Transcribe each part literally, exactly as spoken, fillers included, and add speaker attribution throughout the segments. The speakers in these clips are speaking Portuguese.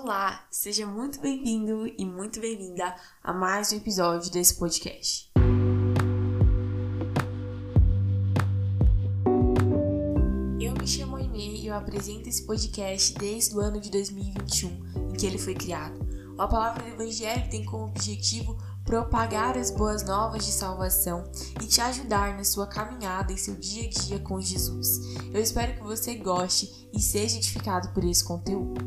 Speaker 1: Olá, seja muito bem-vindo e muito bem-vinda a mais um episódio desse podcast. Eu me chamo Aimee e eu apresento esse podcast desde o ano de dois mil e vinte e um, em que ele foi criado. A Palavra do Evangelho tem como objetivo propagar as boas novas de salvação e te ajudar na sua caminhada em seu dia a dia com Jesus. Eu espero que você goste e seja edificado por esse conteúdo.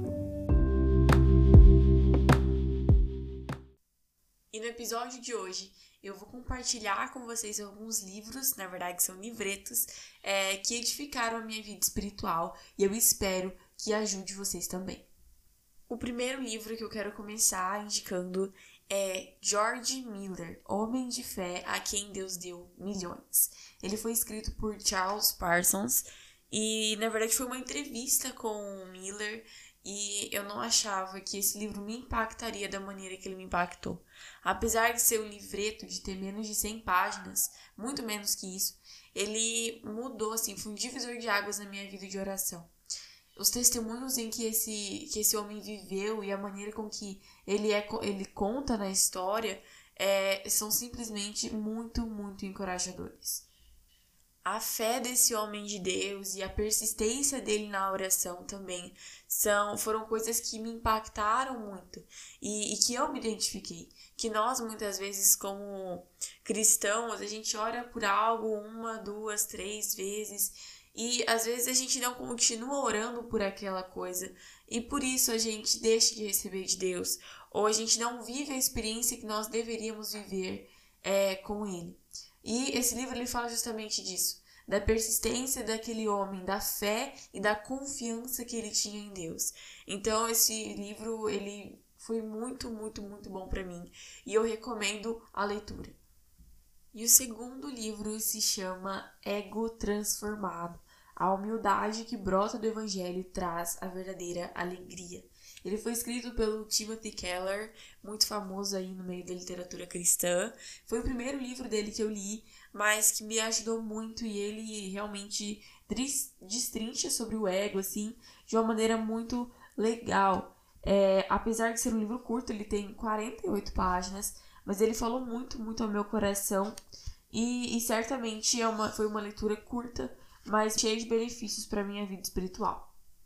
Speaker 1: E no episódio de hoje eu vou compartilhar com vocês alguns livros, na verdade são livretos, é, que edificaram a minha vida espiritual e eu espero que ajude vocês também. O primeiro livro que eu quero começar indicando é George Miller, Homem de Fé a quem Deus deu milhões. Ele foi escrito por Charles Parsons e, na verdade, foi uma entrevista com o Miller e eu não achava que esse livro me impactaria da maneira que ele me impactou. Apesar de ser um livreto, de ter menos de cem páginas, muito menos que isso, ele mudou, assim, foi um divisor de águas na minha vida de oração. Os testemunhos em que esse, que esse homem viveu e a maneira com que ele, é, ele conta na história é, são simplesmente muito, muito encorajadores. A fé desse homem de Deus e a persistência dele na oração também são, foram coisas que me impactaram muito e, e que eu me identifiquei. Que nós, muitas vezes, como cristãos, a gente ora por algo uma, duas, três vezes e às vezes a gente não continua orando por aquela coisa e por isso a gente deixa de receber de Deus ou a gente não vive a experiência que nós deveríamos viver é, com Ele. E esse livro ele fala justamente disso, da persistência daquele homem, da fé e da confiança que ele tinha em Deus. Então esse livro ele foi muito, muito, muito bom para mim e eu recomendo a leitura. E o segundo livro se chama Ego Transformado. A humildade que brota do Evangelho traz a verdadeira alegria. Ele foi escrito pelo Timothy Keller, muito famoso aí no meio da literatura cristã. Foi o primeiro livro dele que eu li, mas que me ajudou muito e ele realmente destrincha sobre o ego, assim, de uma maneira muito legal. É, apesar de ser um livro curto, ele tem quarenta e oito páginas, mas ele falou muito, muito ao meu coração e, e certamente é uma, foi uma leitura curta, mas cheia de benefícios para a minha vida espiritual.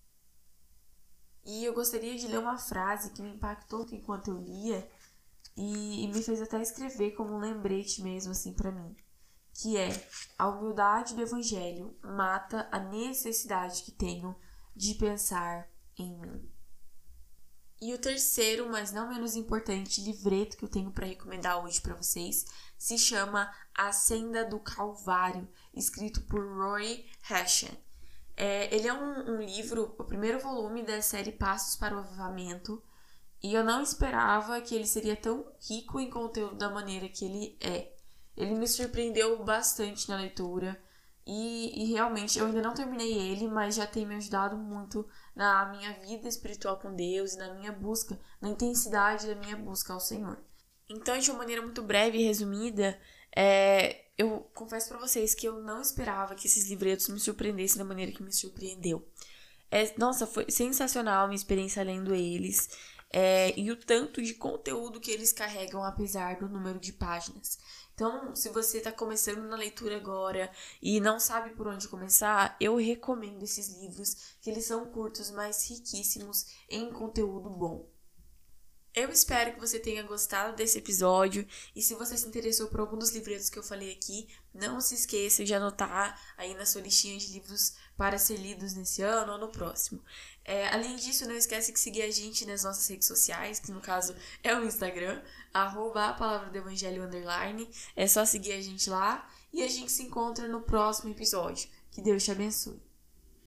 Speaker 1: E eu gostaria de ler uma frase que me impactou enquanto eu lia e, e me fez até escrever como um lembrete mesmo assim para mim, que é: a humildade do Evangelho mata a necessidade que tenho de pensar em mim. E o terceiro, mas não menos importante, livreto que eu tenho para recomendar hoje para vocês se chama A Senda do Calvário, escrito por Roy Hession. É, ele é um, um livro, o primeiro volume da série Passos para o Avivamento, e eu não esperava que ele seria tão rico em conteúdo da maneira que ele é. Ele me surpreendeu bastante na leitura e, e realmente eu ainda não terminei ele, mas já tem me ajudado muito na minha vida espiritual com Deus e na minha busca, na intensidade da minha busca ao Senhor. Então, de uma maneira muito breve e resumida, é, eu confesso pra vocês que eu não esperava que esses livretos me surpreendessem da maneira que me surpreendeu. É, nossa, foi sensacional a minha experiência lendo eles é, e o tanto de conteúdo que eles carregam, apesar do número de páginas. Então, se você está começando na leitura agora e não sabe por onde começar, eu recomendo esses livros, que eles são curtos, mas riquíssimos em conteúdo bom. Eu espero que você tenha gostado desse episódio e se você se interessou por algum dos livretos que eu falei aqui, não se esqueça de anotar aí na sua listinha de livros para ser lidos nesse ano ou no próximo. É, além disso, não esquece de seguir a gente nas nossas redes sociais, que no caso é o Instagram, arroba a palavra do evangelho underline. É só seguir a gente lá e a gente se encontra no próximo episódio. Que Deus te abençoe.